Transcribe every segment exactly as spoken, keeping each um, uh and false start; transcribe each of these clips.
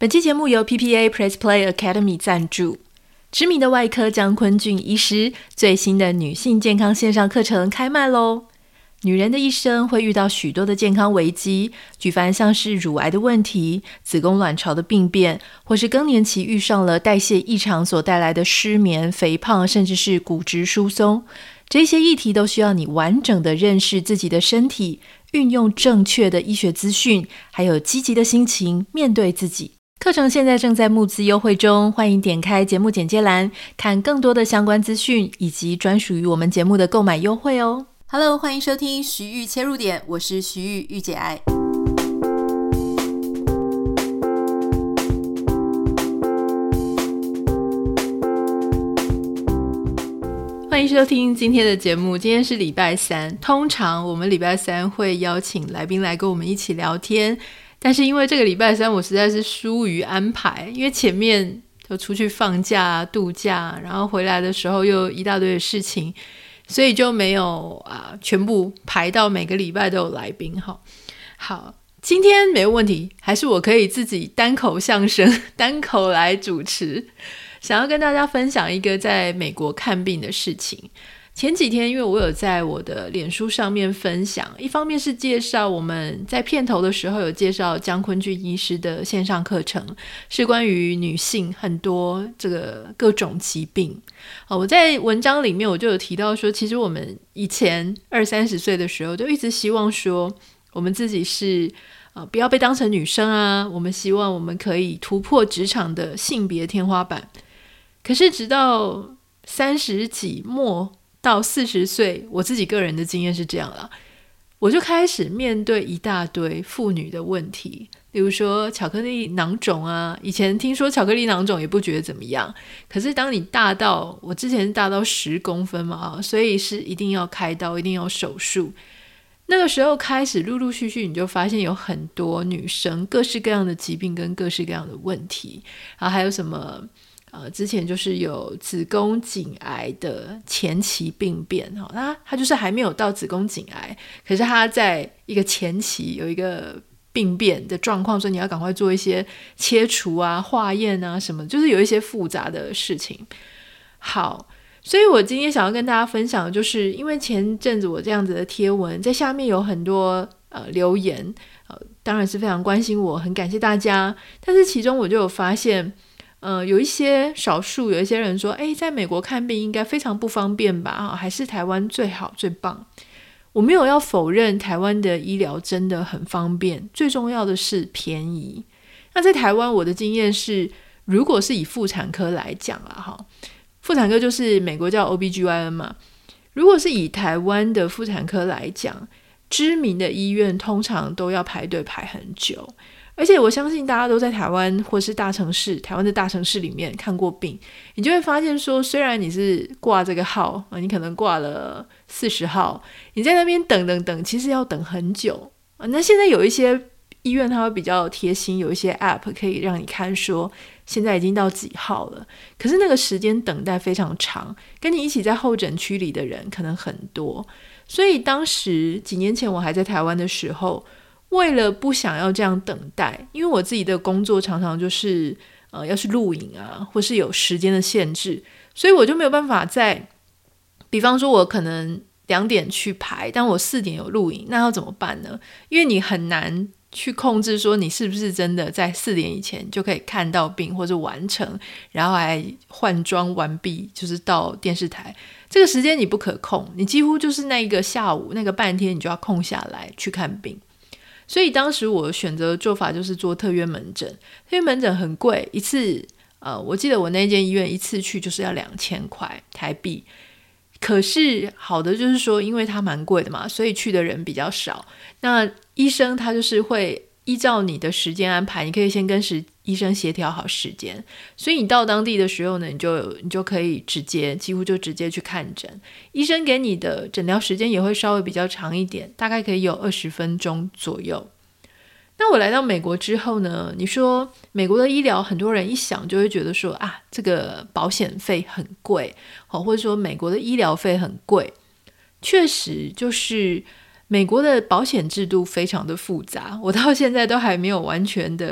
本期节目由 P P A Press Play Academy 赞助。知名的外科江坤俊医师最新的女性健康线上课程开卖咯。女人的一生会遇到许多的健康危机，举凡像是乳癌的问题、子宫卵巢的病变，或是更年期遇上了代谢异常所带来的失眠、肥胖，甚至是骨质疏松。这些议题都需要你完整的认识自己的身体，运用正确的医学资讯，还有积极的心情面对自己。课程现在正在募资优惠中，欢迎点开节目简介栏看更多的相关资讯以及专属于我们节目的购买优惠哦。Hello， 欢迎收听徐玉切入点，我是徐玉玉姐爱。欢迎收听今天的节目。今天是礼拜三，通常我们礼拜三会邀请来宾来跟我们一起聊天，但是因为这个礼拜三我实在是疏于安排，因为前面就出去放假度假，然后回来的时候又一大堆的事情，所以就没有、啊、全部排到每个礼拜都有来宾。好，好，今天没问题，还是我可以自己单口相声单口来主持，想要跟大家分享一个在美国看病的事情。前几天因为我有在我的脸书上面分享，一方面是介绍我们在片头的时候有介绍江坤俊医师的线上课程，是关于女性很多这个各种疾病、哦、我在文章里面我就有提到说，其实我们以前二三十岁的时候就一直希望说我们自己是、呃、不要被当成女生啊，我们希望我们可以突破职场的性别天花板。可是直到三十几末到四十岁，我自己个人的经验是这样啦，我就开始面对一大堆妇女的问题，例如说巧克力囊肿啊，以前听说巧克力囊肿也不觉得怎么样，可是当你大到，我之前大到十公分嘛，所以是一定要开刀，一定要手术。那个时候开始陆陆续续你就发现有很多女生各式各样的疾病跟各式各样的问题，然后还有什么呃，之前就是有子宫颈癌的前期病变，那它就是还没有到子宫颈癌，可是它在一个前期有一个病变的状况，所以你要赶快做一些切除啊、化验啊什么，就是有一些复杂的事情。好，所以我今天想要跟大家分享的就是，因为前阵子我这样子的贴文在下面有很多呃留言、呃，当然是非常关心我，很感谢大家，但是其中我就有发现呃，有一些少数有一些人说，诶，在美国看病应该非常不方便吧，还是台湾最好最棒。我没有要否认台湾的医疗真的很方便，最重要的是便宜。那在台湾我的经验是，如果是以妇产科来讲啦哈，妇产科就是美国叫 O B G Y N 嘛，如果是以台湾的妇产科来讲，知名的医院通常都要排队排很久，而且我相信大家都在台湾或是大城市，台湾的大城市里面看过病，你就会发现说，虽然你是挂这个号，你可能挂了四十号，你在那边等等等，其实要等很久。那现在有一些医院它会比较贴心，有一些 app 可以让你看说现在已经到几号了，可是那个时间等待非常长，跟你一起在候诊区里的人可能很多。所以当时几年前我还在台湾的时候，为了不想要这样等待，因为我自己的工作常常就是呃要去录影啊，或是有时间的限制，所以我就没有办法在，比方说我可能两点去排，但我四点有录影，那要怎么办呢？因为你很难去控制说你是不是真的在四点以前就可以看到病或者完成，然后还换装完毕就是到电视台，这个时间你不可控，你几乎就是那个下午那个半天你就要空下来去看病。所以当时我选择的做法就是做特约门诊，特约门诊很贵，一次呃，我记得我那间医院一次去就是要两千块台币，可是好的就是说因为它蛮贵的嘛，所以去的人比较少，那医生他就是会依照你的时间安排，你可以先跟时医生协调好时间，所以你到当地的时候呢，你就你就可以直接几乎就直接去看诊，医生给你的诊疗时间也会稍微比较长一点，大概可以有二十分钟左右。那我来到美国之后呢，你说美国的医疗很多人一想就会觉得说啊，这个保险费很贵，或者说美国的医疗费很贵，确实就是美国的保险制度非常的复杂，我到现在都还没有完全的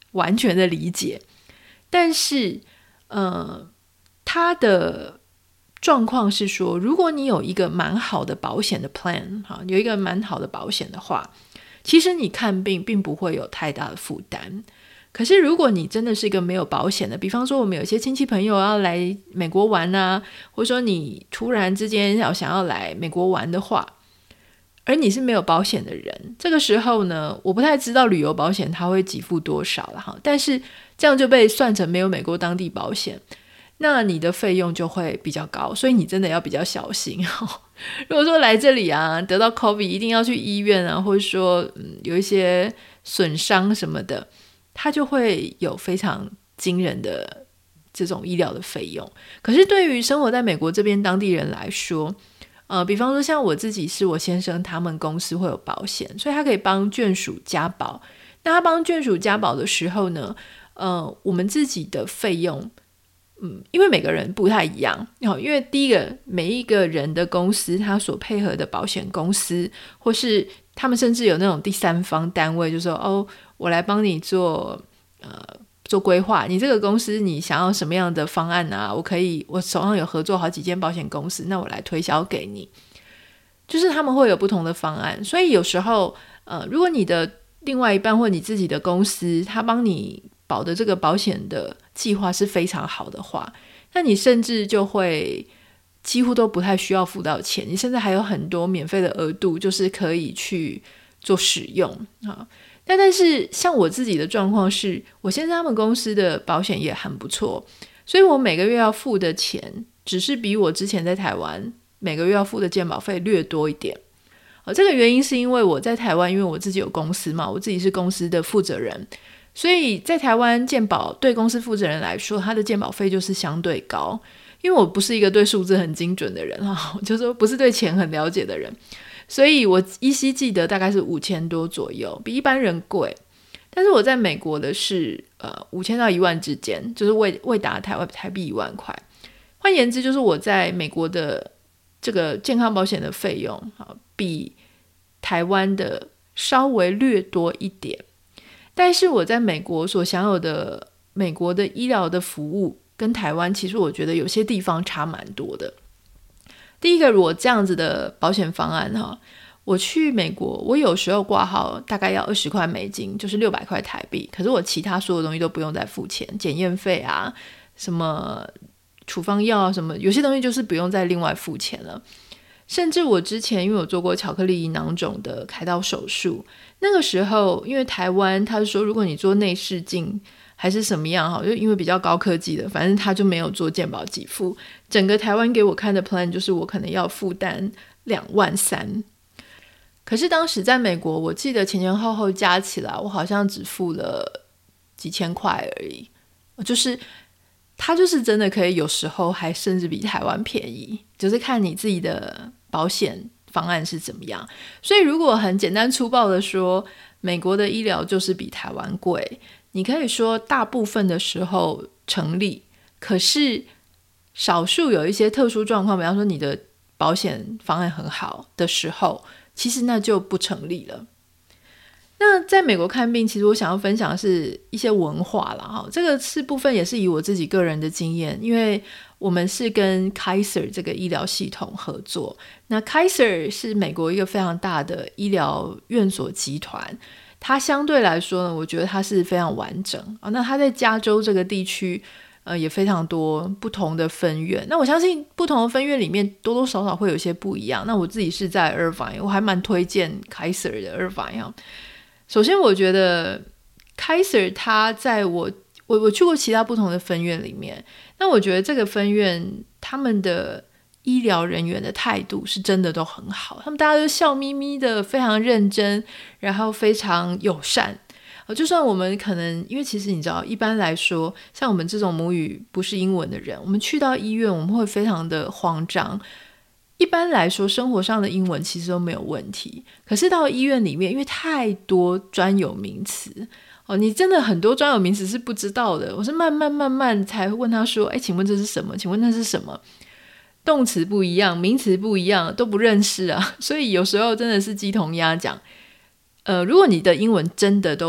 完全的理解。但是呃，他的状况是说，如果你有一个蛮好的保险的 plan， 有一个蛮好的保险的话，其实你看病并不会有太大的负担。可是如果你真的是一个没有保险的，比方说我们有些亲戚朋友要来美国玩啊，或者说你突然之间要想要来美国玩的话，而你是没有保险的人，这个时候呢，我不太知道旅游保险它会给付多少了哈，但是这样就被算成没有美国当地保险，那你的费用就会比较高，所以你真的要比较小心哦。如果说来这里啊得到 COVID 一定要去医院啊，或者说、嗯、有一些损伤什么的，它就会有非常惊人的这种医疗的费用。可是对于生活在美国这边当地人来说，呃，比方说像我自己是我先生他们公司会有保险，所以他可以帮眷属加保。那他帮眷属加保的时候呢，呃，我们自己的费用嗯，因为每个人不太一样，因为第一个每一个人的公司他所配合的保险公司，或是他们甚至有那种第三方单位，就说哦，我来帮你做呃做规划，你这个公司你想要什么样的方案啊，我可以我手上有合作好几间保险公司，那我来推销给你，就是他们会有不同的方案。所以有时候呃，如果你的另外一半或你自己的公司他帮你保的这个保险的计划是非常好的话，那你甚至就会几乎都不太需要付到钱，你甚至还有很多免费的额度就是可以去做使用啊。但但是像我自己的状况是，我现在他们公司的保险也很不错，所以我每个月要付的钱只是比我之前在台湾每个月要付的健保费略多一点。哦，这个原因是因为我在台湾，因为我自己有公司嘛，我自己是公司的负责人，所以在台湾健保对公司负责人来说，他的健保费就是相对高，因为我不是一个对数字很精准的人，就是不是对钱很了解的人，所以我依稀记得大概是五千多左右，比一般人贵。但是我在美国的是呃五千到一万之间，就是未未达台湾台币一万块。换言之，就是我在美国的这个健康保险的费用比台湾的稍微略多一点。但是我在美国所享有的美国的医疗的服务跟台湾其实我觉得有些地方差蛮多的。第一个，如果这样子的保险方案哈，我去美国我有时候挂号大概要二十块美金，就是六百块台币，可是我其他所有东西都不用再付钱，检验费啊什么处方药啊什么，有些东西就是不用再另外付钱了。甚至我之前因为我做过巧克力囊肿的开刀手术，那个时候因为台湾他是说如果你做内视镜还是什么样，就因为比较高科技的，反正他就没有做健保给付，整个台湾给我看的 plan 就是我可能要负担两万三。可是当时在美国我记得前前后后加起来我好像只付了几千块而已，就是它就是真的可以有时候还甚至比台湾便宜，就是看你自己的保险方案是怎么样。所以如果很简单粗暴的说美国的医疗就是比台湾贵，你可以说大部分的时候成立，可是少数有一些特殊状况，比方说你的保险方案很好的时候，其实那就不成立了。那在美国看病，其实我想要分享的是一些文化啦，这个是部分也是以我自己个人的经验，因为我们是跟 Kaiser 这个医疗系统合作。那 Kaiser 是美国一个非常大的医疗院所集团，它相对来说呢，我觉得它是非常完整。那它在加州这个地区呃，也非常多不同的分院，那我相信不同的分院里面多多少少会有一些不一样。那我自己是在 Irvine， 我还蛮推荐 Kaiser 的 Irvine。首先我觉得 Kaiser 他在我我我去过其他不同的分院里面，那我觉得这个分院他们的医疗人员的态度是真的都很好，他们大家都笑眯眯的，非常认真，然后非常友善。就算我们可能因为其实你知道一般来说像我们这种母语不是英文的人，我们去到医院我们会非常的慌张，一般来说生活上的英文其实都没有问题，可是到医院里面因为太多专有名词哦，你真的很多专有名词是不知道的，我是慢慢慢慢才问他说哎，请问这是什么，请问那是什么，动词不一样名词不一样都不认识啊，所以有时候真的是鸡同鸭讲。呃，如果你的英文真的都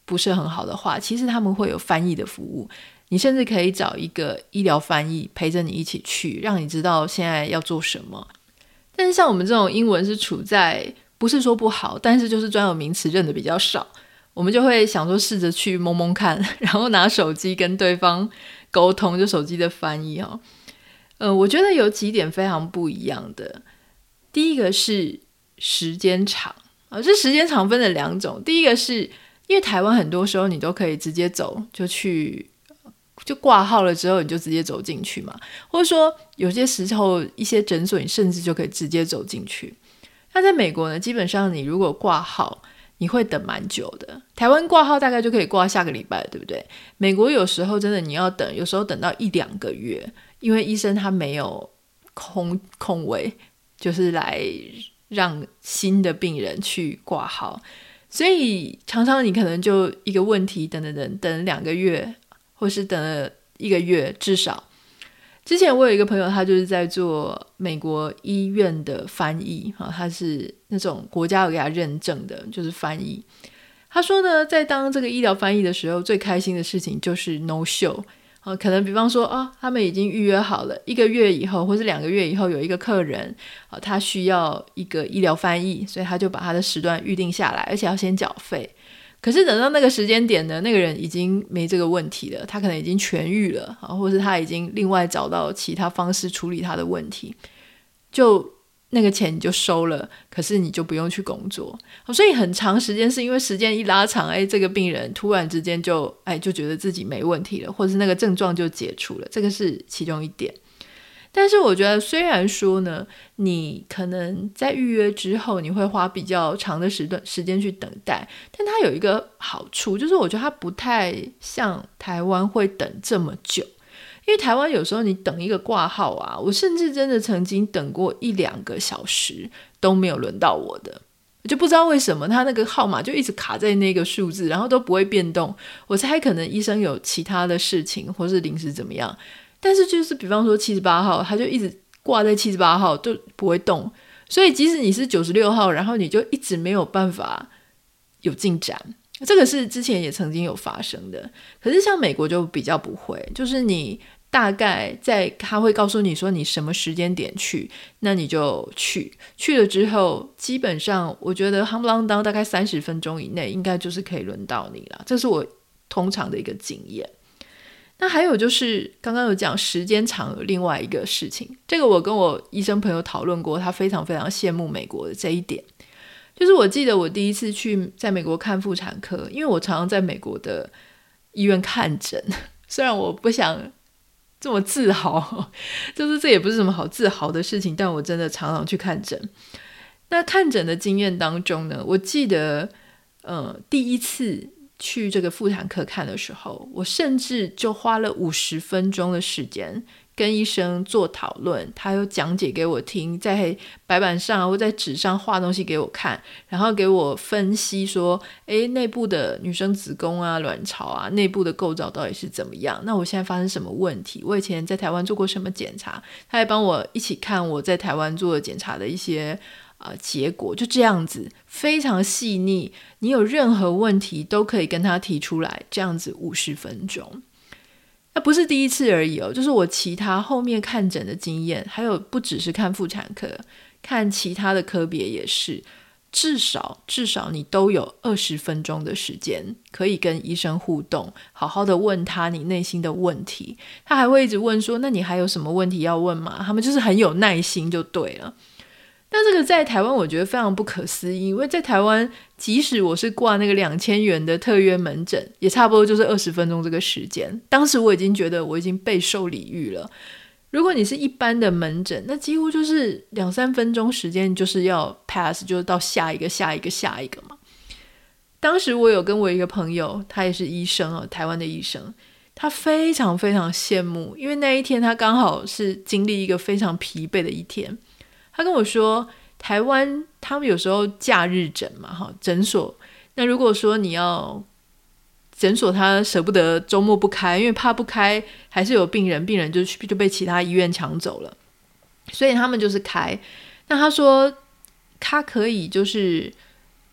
不是很好的话，其实他们会有翻译的服务，你甚至可以找一个医疗翻译陪着你一起去，让你知道现在要做什么。但是像我们这种英文是处在不是说不好，但是就是专有名词认的比较少，我们就会想说试着去蒙蒙看，然后拿手机跟对方沟通，就手机的翻译哦。呃，我觉得有几点非常不一样的。第一个是时间长啊，这时间长分了两种。第一个是因为台湾很多时候你都可以直接走，就去就挂号了之后你就直接走进去嘛，或者说有些时候一些诊所你甚至就可以直接走进去。那在美国呢，基本上你如果挂号你会等蛮久的，台湾挂号大概就可以挂下个礼拜，对不对？美国有时候真的你要等，有时候等到一两个月，因为医生他没有空空位，就是来让新的病人去挂号，所以常常你可能就一个问题等等等等两个月，或是等了一个月至少。之前我有一个朋友，他就是在做美国医院的翻译，他是那种国家有给他认证的，就是翻译。他说呢，在当这个医疗翻译的时候，最开心的事情就是 no show。可能比方说、哦、他们已经预约好了，一个月以后或是两个月以后有一个客人、哦、他需要一个医疗翻译，所以他就把他的时段预定下来，而且要先缴费。可是等到那个时间点呢，那个人已经没这个问题了，他可能已经痊愈了，或是他已经另外找到其他方式处理他的问题，就那个钱你就收了，可是你就不用去工作。所以很长时间是因为时间一拉长，哎，这个病人突然之间就哎就觉得自己没问题了，或是那个症状就解除了，这个是其中一点。但是我觉得虽然说呢，你可能在预约之后你会花比较长的时段时间去等待，但它有一个好处，就是我觉得它不太像台湾会等这么久。因为台湾有时候你等一个挂号啊，我甚至真的曾经等过一两个小时都没有轮到我的，我就不知道为什么他那个号码就一直卡在那个数字，然后都不会变动。我猜可能医生有其他的事情或是临时怎么样，但是就是比方说七十八号他就一直挂在七十八号都不会动，所以即使你是九十六号，然后你就一直没有办法有进展。这个是之前也曾经有发生的，可是像美国就比较不会，就是你大概在他会告诉你说你什么时间点去，那你就去去了之后，基本上我觉得夯不啷当大概三十分钟以内应该就是可以轮到你了，这是我通常的一个经验。那还有就是刚刚有讲时间长有另外一个事情，这个我跟我医生朋友讨论过，他非常非常羡慕美国的这一点。就是我记得我第一次去在美国看妇产科，因为我常常在美国的医院看诊，虽然我不想这么自豪，就是这也不是什么好自豪的事情，但我真的常常去看诊。那看诊的经验当中呢，我记得呃，第一次去这个妇产科看的时候，我甚至就花了五十分钟的时间跟医生做讨论，他有讲解给我听，在白板上或在纸上画东西给我看，然后给我分析说诶，内部的女生子宫啊卵巢啊内部的构造到底是怎么样，那我现在发生什么问题，我以前在台湾做过什么检查，他还帮我一起看我在台湾做的检查的一些呃结果，就这样子非常细腻，你有任何问题都可以跟他提出来，这样子五十分钟。那不是第一次而已哦，就是我其他后面看诊的经验，还有不只是看妇产科，看其他的科别也是，至少至少你都有二十分钟的时间可以跟医生互动，好好的问他你内心的问题，他还会一直问说那你还有什么问题要问吗？他们就是很有耐心就对了。但这个在台湾我觉得非常不可思议，因为在台湾即使我是挂那个两千元的特约门诊，也差不多就是二十分钟这个时间，当时我已经觉得我已经备受礼遇了。如果你是一般的门诊，那几乎就是两三分钟时间就是要 pass， 就是到下一个下一个下一个嘛。当时我有跟我一个朋友，他也是医生哦，台湾的医生，他非常非常羡慕，因为那一天他刚好是经历一个非常疲惫的一天。他跟我说台湾他们有时候假日诊嘛，诊所，那如果说你要诊所他舍不得周末不开，因为怕不开还是有病人，病人就就被其他医院抢走了，所以他们就是开。那他说他可以就是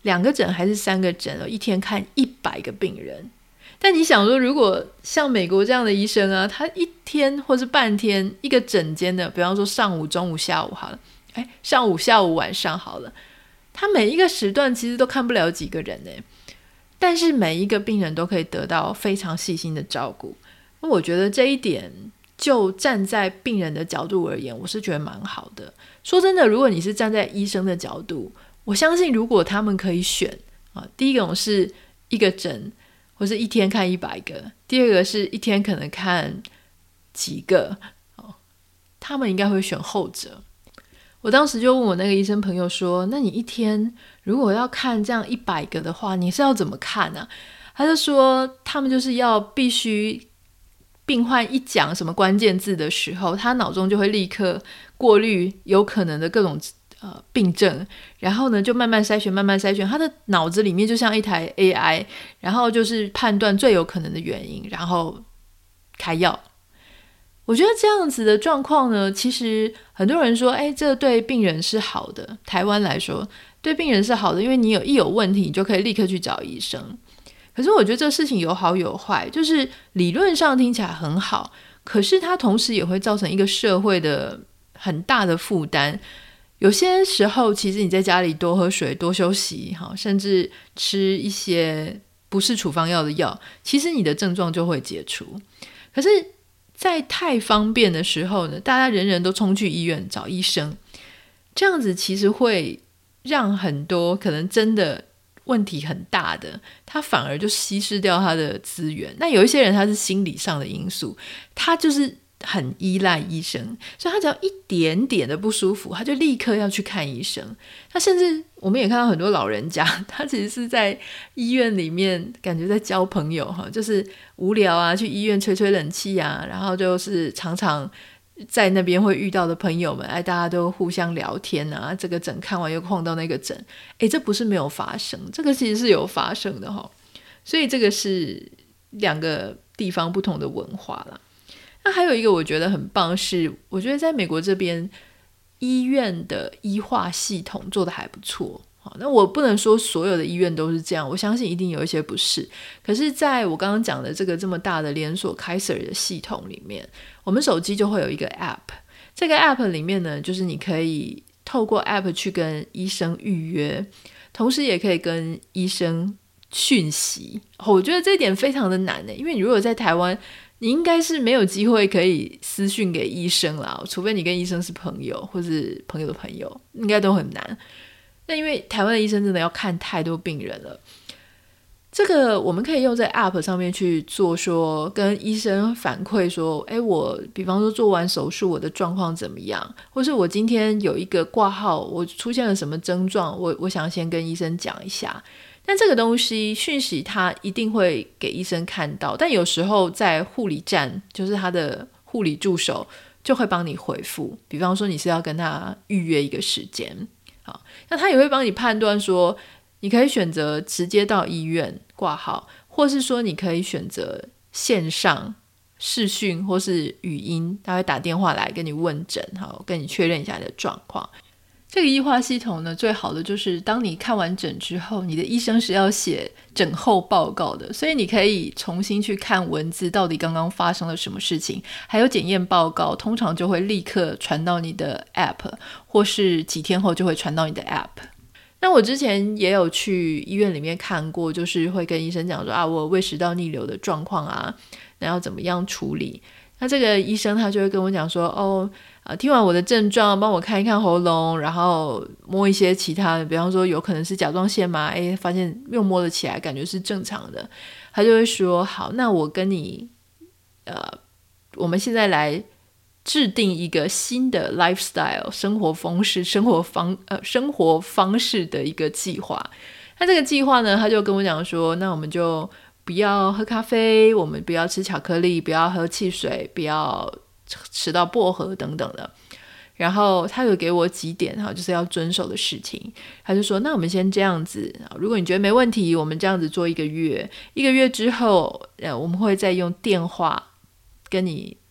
两个诊还是三个诊一天看一百个病人。但你想说，如果像美国这样的医生啊，他一天或是半天一个诊间的，比方说上午、中午、下午好了，哎，上午、下午、晚上好了，他每一个时段其实都看不了几个人呢，但是每一个病人都可以得到非常细心的照顾。那我觉得这一点，就站在病人的角度而言，我是觉得蛮好的。说真的，如果你是站在医生的角度，我相信如果他们可以选啊，第一种是一个诊或是一天看一百个，第二个是一天可能看几个，哦，他们应该会选后者。我当时就问我那个医生朋友说，那你一天如果要看这样一百个的话，你是要怎么看啊？他就说他们就是要必须病患一讲什么关键字的时候，他脑中就会立刻过滤有可能的各种呃病症，然后呢就慢慢筛选慢慢筛选，他的脑子里面就像一台 A I， 然后就是判断最有可能的原因，然后开药。我觉得这样子的状况呢，其实很多人说哎，这对病人是好的，台湾来说对病人是好的，因为你有一有问题你就可以立刻去找医生。可是我觉得这事情有好有坏，就是理论上听起来很好，可是它同时也会造成一个社会的很大的负担。有些时候其实你在家里多喝水多休息，甚至吃一些不是处方药的药，其实你的症状就会解除。可是在太方便的时候呢，大家人人都冲去医院找医生，这样子其实会让很多可能真的问题很大的，他反而就稀释掉他的资源。那有一些人他是心理上的因素，他就是很依赖医生，所以他只要一点点的不舒服，他就立刻要去看医生。他甚至我们也看到很多老人家，他其实是在医院里面感觉在交朋友，就是无聊啊，去医院吹吹冷气啊，然后就是常常在那边会遇到的朋友们，哎，大家都互相聊天啊，这个诊看完又晃到那个诊，哎，这不是没有发生，这个其实是有发生的齁。所以这个是两个地方不同的文化啦。那还有一个我觉得很棒是，我觉得在美国这边医院的医化系统做得还不错。那我不能说所有的医院都是这样，我相信一定有一些不是。可是在我刚刚讲的这个这么大的连锁 Kaiser 的系统里面，我们手机就会有一个 App， 这个 App 里面呢，就是你可以透过 App 去跟医生预约，同时也可以跟医生讯息。我觉得这一点非常的难，因为你如果在台湾，你应该是没有机会可以私讯给医生啦，除非你跟医生是朋友或是朋友的朋友，应该都很难。那因为台湾的医生真的要看太多病人了，这个我们可以用在 App 上面去做，说跟医生反馈说，诶，我比方说做完手术我的状况怎么样，或是我今天有一个挂号我出现了什么症状，我我想先跟医生讲一下。但这个东西讯息他一定会给医生看到，但有时候在护理站，就是他的护理助手就会帮你回复，比方说你是要跟他预约一个时间，好，那他也会帮你判断说，你可以选择直接到医院挂号，或是说你可以选择线上视讯或是语音，他会打电话来跟你问诊，好，跟你确认一下你的状况。这个医化系统呢，最好的就是当你看完诊之后，你的医生是要写诊后报告的，所以你可以重新去看文字，到底刚刚发生了什么事情，还有检验报告，通常就会立刻传到你的 App， 或是几天后就会传到你的 App。那我之前也有去医院里面看过，就是会跟医生讲说啊，我胃食道逆流的状况啊，那要怎么样处理。那这个医生他就会跟我讲说，哦，啊，听完我的症状，帮我看一看喉咙，然后摸一些其他的，比方说有可能是甲状腺嘛，诶，发现又摸得起来，感觉是正常的，他就会说，好，那我跟你，呃，我们现在来制定一个新的 lifestyle 生活方式、生活方呃生活方式的一个计划。那这个计划呢，他就跟我讲说，那我们就不要喝咖啡，我们不要吃巧克力，不要喝汽水，不要吃到薄荷等等的。然后他有给我几点就是要遵守的事情，他就说那我们先这样子，如果你觉得没问题，我们这样子做一个月，一个月之后呃，我们会再用电话跟你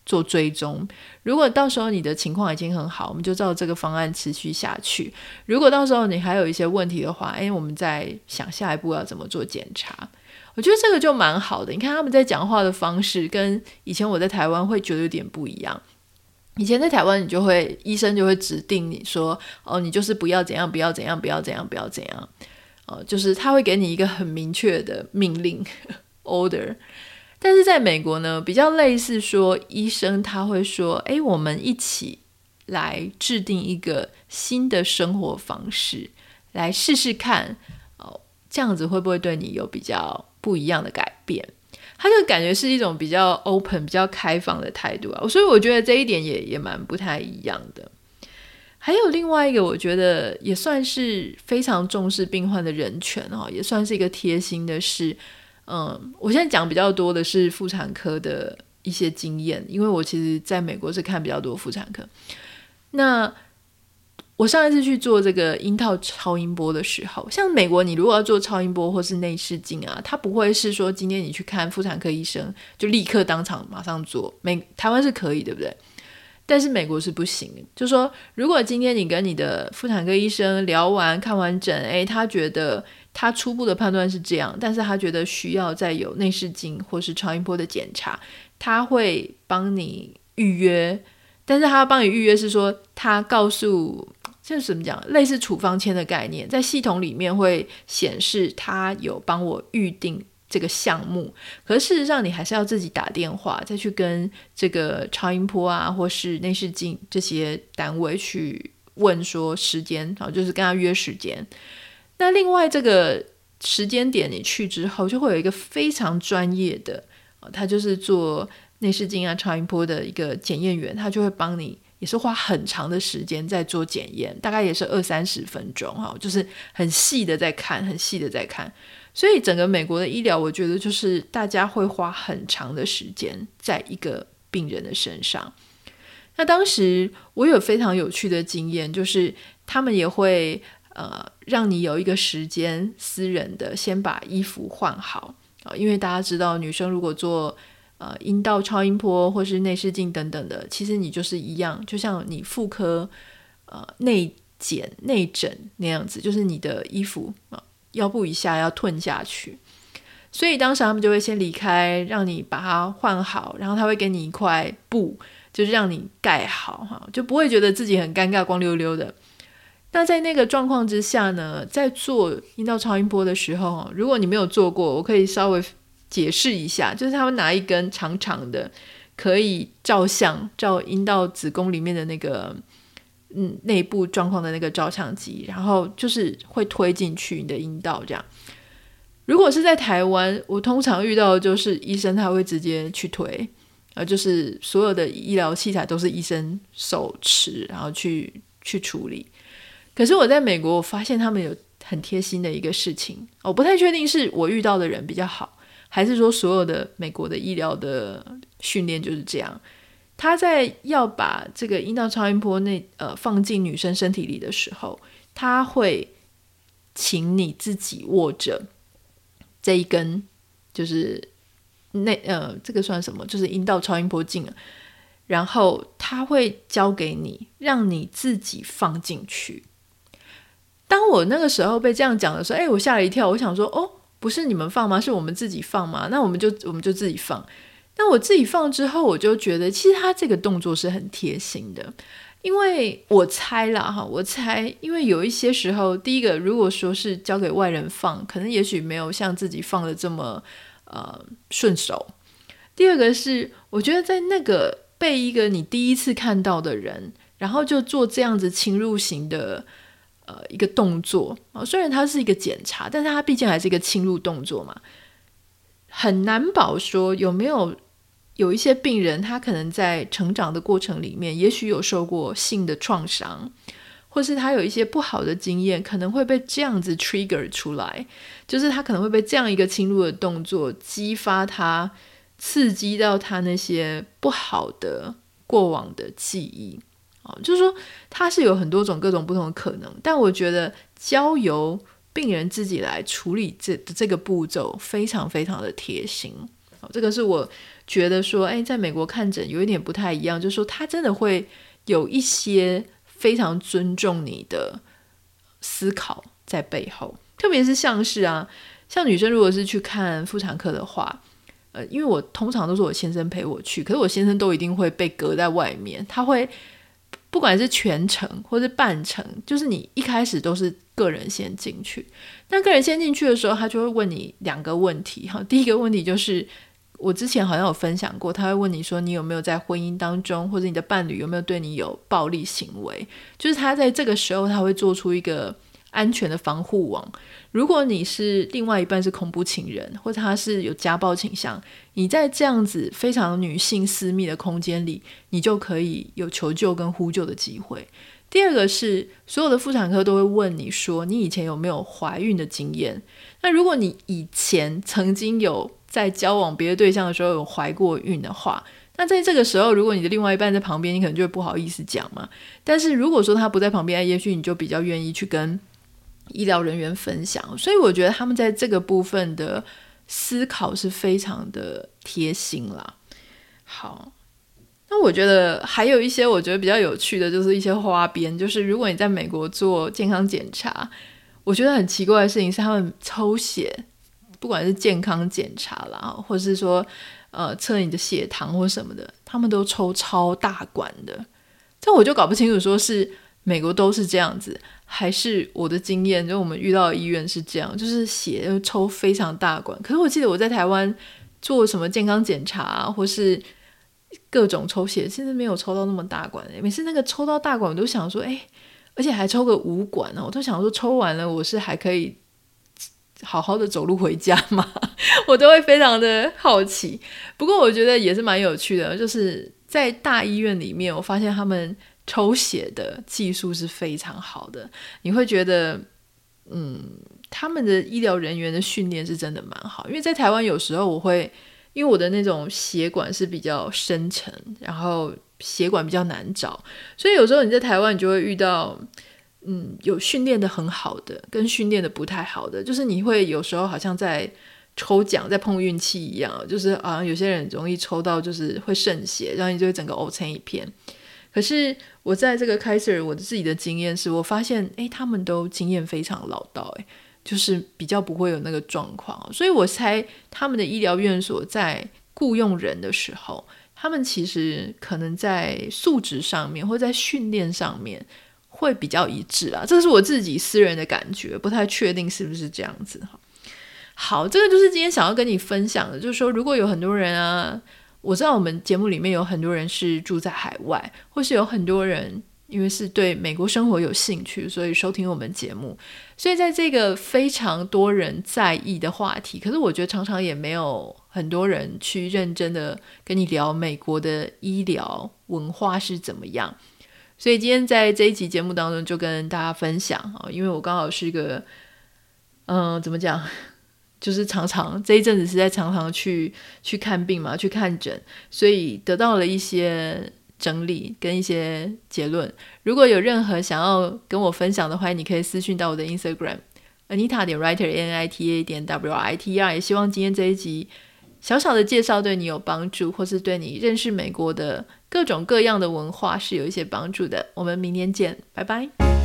做追踪。如果到时候你的情况已经很好，我们就照这个方案持续下去。如果到时候你还有一些问题的话，诶，我们再想下一步要怎么做检查。我觉得这个就蛮好的。你看他们在讲话的方式跟以前我在台湾会觉得有点不一样。以前在台湾你就会医生就会指定你说，哦，你就是不要怎样不要怎样不要怎样不要怎样，呃，就是他会给你一个很明确的命令order。但是在美国呢，比较类似说医生他会说，诶，我们一起来制定一个新的生活方式，来试试看，哦，这样子会不会对你有比较不一样的改变。他就感觉是一种比较 open 比较开放的态度啊，所以我觉得这一点也也蛮不太一样的。还有另外一个我觉得也算是非常重视病患的人权，哦，也算是一个贴心的事。嗯，我现在讲比较多的是妇产科的一些经验，因为我其实在美国是看比较多妇产科。那我上一次去做这个阴道超音波的时候，像美国你如果要做超音波或是内视镜啊，它不会是说今天你去看妇产科医生就立刻当场马上做，美台湾是可以对不对？但是美国是不行的，就是说如果今天你跟你的妇产科医生聊完看完诊，诶，他觉得他初步的判断是这样，但是他觉得需要再有内视镜或是超音波的检查，他会帮你预约。但是他帮你预约是说他告诉这是怎么讲，类似处方签的概念，在系统里面会显示他有帮我预定这个项目，可是事实上你还是要自己打电话再去跟这个超音波啊或是内视镜这些单位去问说时间，就是跟他约时间。那另外这个时间点你去之后就会有一个非常专业的，他就是做内视镜啊超音波的一个检验员，他就会帮你也是花很长的时间在做检验，大概也是二三十分钟，就是很细的在看很细的在看。所以整个美国的医疗我觉得就是大家会花很长的时间在一个病人的身上。那当时我有非常有趣的经验，就是他们也会呃让你有一个时间私人的先把衣服换好，因为大家知道女生如果做呃阴道超音波或是内视镜等等的，其实你就是一样，就像你妇科呃内检内诊那样子，就是你的衣服、呃、腰部以下要褪下去。所以当时他们就会先离开，让你把它换好，然后他会给你一块布，就是让你盖好，就不会觉得自己很尴尬光溜溜的。那在那个状况之下呢，在做阴道超音波的时候，如果你没有做过，我可以稍微解释一下，就是他们拿一根长长的可以照相照阴道子宫里面的那个嗯内部状况的那个照相机，然后就是会推进去你的阴道这样。如果是在台湾，我通常遇到的就是医生他会直接去推，呃，就是所有的医疗器材都是医生手持然后去去处理。可是我在美国我发现他们有很贴心的一个事情，我不太确定是我遇到的人比较好，还是说所有的美国的医疗的训练就是这样。他在要把这个阴道超音波内呃放进女生身体里的时候，他会请你自己握着这一根，就是那呃这个算什么，就是阴道超音波镜，然后他会交给你，让你自己放进去。当我那个时候被这样讲的时候，哎，我吓了一跳，我想说，哦，不是你们放吗？是我们自己放吗？那我们就我们就自己放。那我自己放之后，我就觉得其实他这个动作是很贴心的，因为我猜啦哈，我猜，因为有一些时候，第一个如果说是交给外人放，可能也许没有像自己放的这么呃顺手。第二个是，我觉得在那个被一个你第一次看到的人，然后就做这样子侵入型的呃一个动作，虽然它是一个检查，但是它毕竟还是一个侵入动作嘛，很难保说有没有有一些病人他可能在成长的过程里面也许有受过性的创伤，或是他有一些不好的经验，可能会被这样子 trigger 出来，就是他可能会被这样一个侵入的动作激发他，刺激到他那些不好的过往的记忆，就是说它是有很多种各种不同的可能，但我觉得交由病人自己来处理 这, 这个步骤非常非常的贴心。 这个是我觉得说哎，在美国看诊有一点不太一样，就是说他真的会有一些非常尊重你的思考在背后，特别是像是啊，像女生如果是去看妇产科的话，呃，因为我通常都是我先生陪我去，可是我先生都一定会被隔在外面，他会不管是全程或是半程，就是你一开始都是个人先进去，那个人先进去的时候，他就会问你两个问题。第一个问题就是我之前好像有分享过，他会问你说你有没有在婚姻当中，或者你的伴侣有没有对你有暴力行为，就是他在这个时候他会做出一个安全的防护网。如果你是另外一半是恐怖情人，或者他是有家暴倾向，你在这样子非常女性私密的空间里，你就可以有求救跟呼救的机会。第二个是所有的妇产科都会问你说你以前有没有怀孕的经验，那如果你以前曾经有在交往别的对象的时候有怀过孕的话，那在这个时候如果你的另外一半在旁边，你可能就会不好意思讲嘛。但是如果说他不在旁边，也许你就比较愿意去跟医疗人员分享。所以我觉得他们在这个部分的思考是非常的贴心啦。好，那我觉得还有一些我觉得比较有趣的就是一些花边，就是如果你在美国做健康检查，我觉得很奇怪的事情是他们抽血，不管是健康检查啦，或是说呃测你的血糖或什么的，他们都抽超大管的。这我就搞不清楚说是美国都是这样子，还是我的经验就我们遇到的医院是这样，就是血抽非常大管。可是我记得我在台湾做什么健康检查或是各种抽血，其实没有抽到那么大管。每次那个抽到大管我都想说哎，而且还抽个五管，我都想说抽完了我是还可以好好的走路回家吗？我都会非常的好奇。不过我觉得也是蛮有趣的，就是在大医院里面我发现他们抽血的技术是非常好的，你会觉得嗯，他们的医疗人员的训练是真的蛮好。因为在台湾有时候我会因为我的那种血管是比较深层，然后血管比较难找，所以有时候你在台湾你就会遇到嗯，有训练的很好的跟训练的不太好的，就是你会有时候好像在抽奖在碰运气一样，就是好像有些人容易抽到就是会渗血，然后你就会整个呕成一片。可是我在这个开始我自己的经验是我发现诶他们都经验非常老道，诶就是比较不会有那个状况。所以我猜他们的医疗院所在雇用人的时候，他们其实可能在素质上面或在训练上面会比较一致啦，这是我自己私人的感觉，不太确定是不是这样子。好，这个就是今天想要跟你分享的，就是说如果有很多人啊，我知道我们节目里面有很多人是住在海外，或是有很多人因为是对美国生活有兴趣，所以收听我们节目，所以在这个非常多人在意的话题，可是我觉得常常也没有很多人去认真的跟你聊美国的医疗文化是怎么样。所以今天在这一集节目当中就跟大家分享，因为我刚好是一个嗯，怎么讲，就是常常这一阵子是在常常去去看病嘛，去看诊，所以得到了一些整理跟一些结论。如果有任何想要跟我分享的话，你可以私讯到我的 Instagram Anita 点 Writer A N I T A 点 W R I T R。 也希望今天这一集小小的介绍对你有帮助，或是对你认识美国的各种各样的文化是有一些帮助的。我们明天见，拜拜。